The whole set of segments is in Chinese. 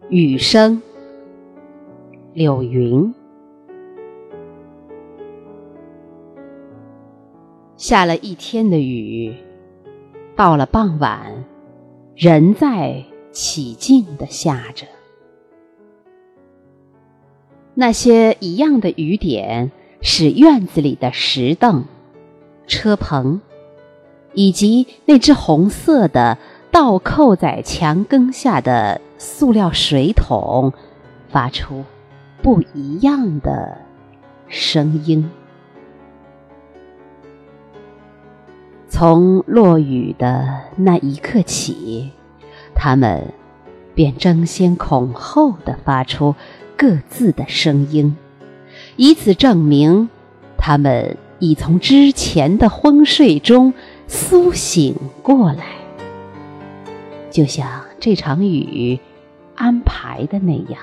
雨声，柳云。下了一天的雨，到了傍晚，仍在起劲地下着。那些一样的雨点，使院子里的石凳、车棚，以及那只红色的倒扣在墙根下的塑料水桶，发出不一样的声音。从落雨的那一刻起，它们便争先恐后地发出各自的声音，以此证明它们已从之前的昏睡中苏醒过来，就像这场雨安排的那样。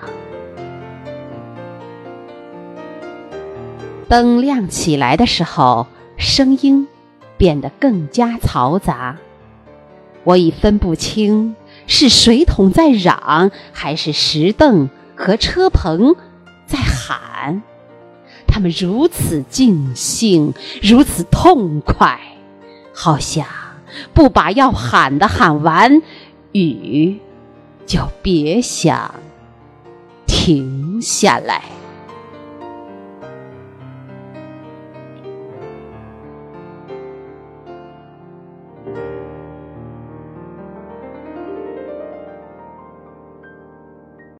灯亮起来的时候，声音变得更加嘈杂，我已分不清是水桶在嚷，还是石凳和车棚在喊。他们如此尽兴，如此痛快，好像不把要喊的喊完，雨就别想停下来。